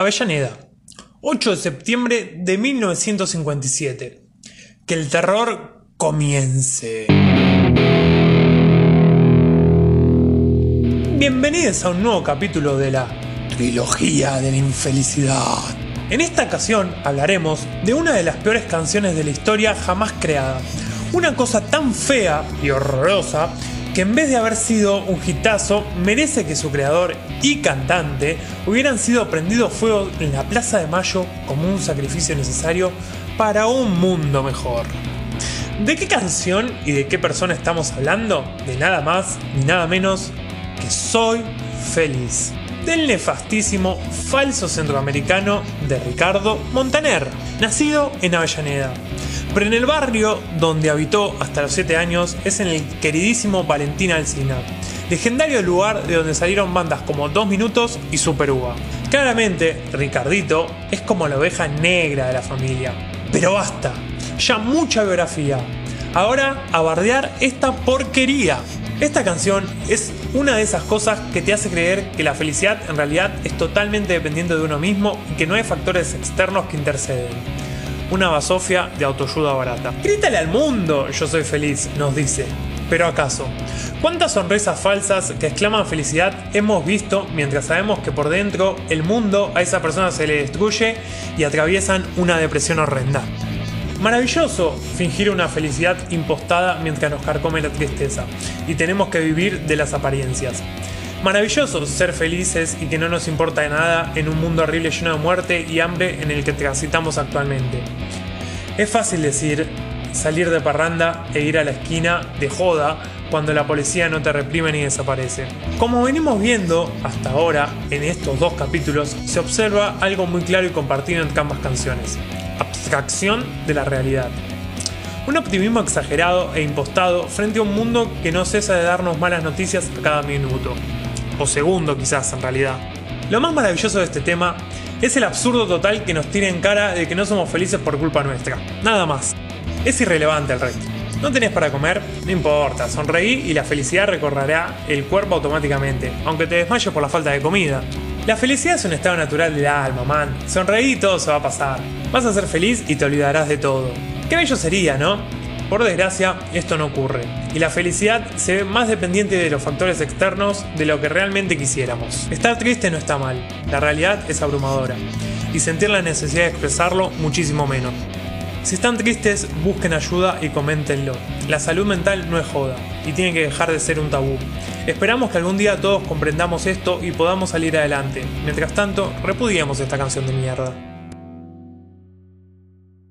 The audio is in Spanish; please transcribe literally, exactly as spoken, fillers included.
Avellaneda, ocho de septiembre de mil novecientos cincuenta y siete. Que el terror comience. Bienvenidos a un nuevo capítulo de la trilogía de la infelicidad. En esta ocasión hablaremos de una de las peores canciones de la historia jamás creada. Una cosa tan fea y horrorosa que en vez de haber sido un hitazo, merece que su creador y cantante hubieran sido prendidos fuego en la Plaza de Mayo como un sacrificio necesario para un mundo mejor. ¿De qué canción y de qué persona estamos hablando? De nada más ni nada menos que Soy Feliz, del nefastísimo falso centroamericano de Ricardo Montaner, nacido en Avellaneda. Pero en el barrio donde habitó hasta los siete años es en el queridísimo Valentín Alsina, legendario lugar de donde salieron bandas como Dos Minutos y Super Uva. Claramente, Ricardito es como la oveja negra de la familia. Pero basta, ya mucha biografía. Ahora a bardear esta porquería. Esta canción es una de esas cosas que te hace creer que la felicidad en realidad es totalmente dependiente de uno mismo y que no hay factores externos que interceden. Una basofia de autoayuda barata. Grítale al mundo, yo soy feliz, nos dice. Pero acaso, ¿cuántas sonrisas falsas que exclaman felicidad hemos visto mientras sabemos que por dentro el mundo a esa persona se le destruye y atraviesan una depresión horrenda? Maravilloso fingir una felicidad impostada mientras nos carcome la tristeza y tenemos que vivir de las apariencias. Maravilloso ser felices y que no nos importa de nada en un mundo horrible lleno de muerte y hambre en el que transitamos actualmente. Es fácil decir, salir de parranda e ir a la esquina de joda cuando la policía no te reprime ni desaparece. Como venimos viendo hasta ahora en estos dos capítulos, se observa algo muy claro y compartido entre ambas canciones: abstracción de la realidad. Un optimismo exagerado e impostado frente a un mundo que no cesa de darnos malas noticias a cada minuto. O segundo quizás en realidad. Lo más maravilloso de este tema es el absurdo total que nos tira en cara de que no somos felices por culpa nuestra. Nada más. Es irrelevante el resto. ¿No tenés para comer? No importa, sonreí y la felicidad recorrerá el cuerpo automáticamente, aunque te desmayes por la falta de comida. La felicidad es un estado natural del alma, man. Sonreí y todo se va a pasar. Vas a ser feliz y te olvidarás de todo. Qué bello sería, ¿no? Por desgracia, esto no ocurre, y la felicidad se ve más dependiente de los factores externos de lo que realmente quisiéramos. Estar triste no está mal, la realidad es abrumadora, y sentir la necesidad de expresarlo muchísimo menos. Si están tristes, busquen ayuda y coméntenlo. La salud mental no es joda, y tiene que dejar de ser un tabú. Esperamos que algún día todos comprendamos esto y podamos salir adelante. Mientras tanto, repudiemos esta canción de mierda.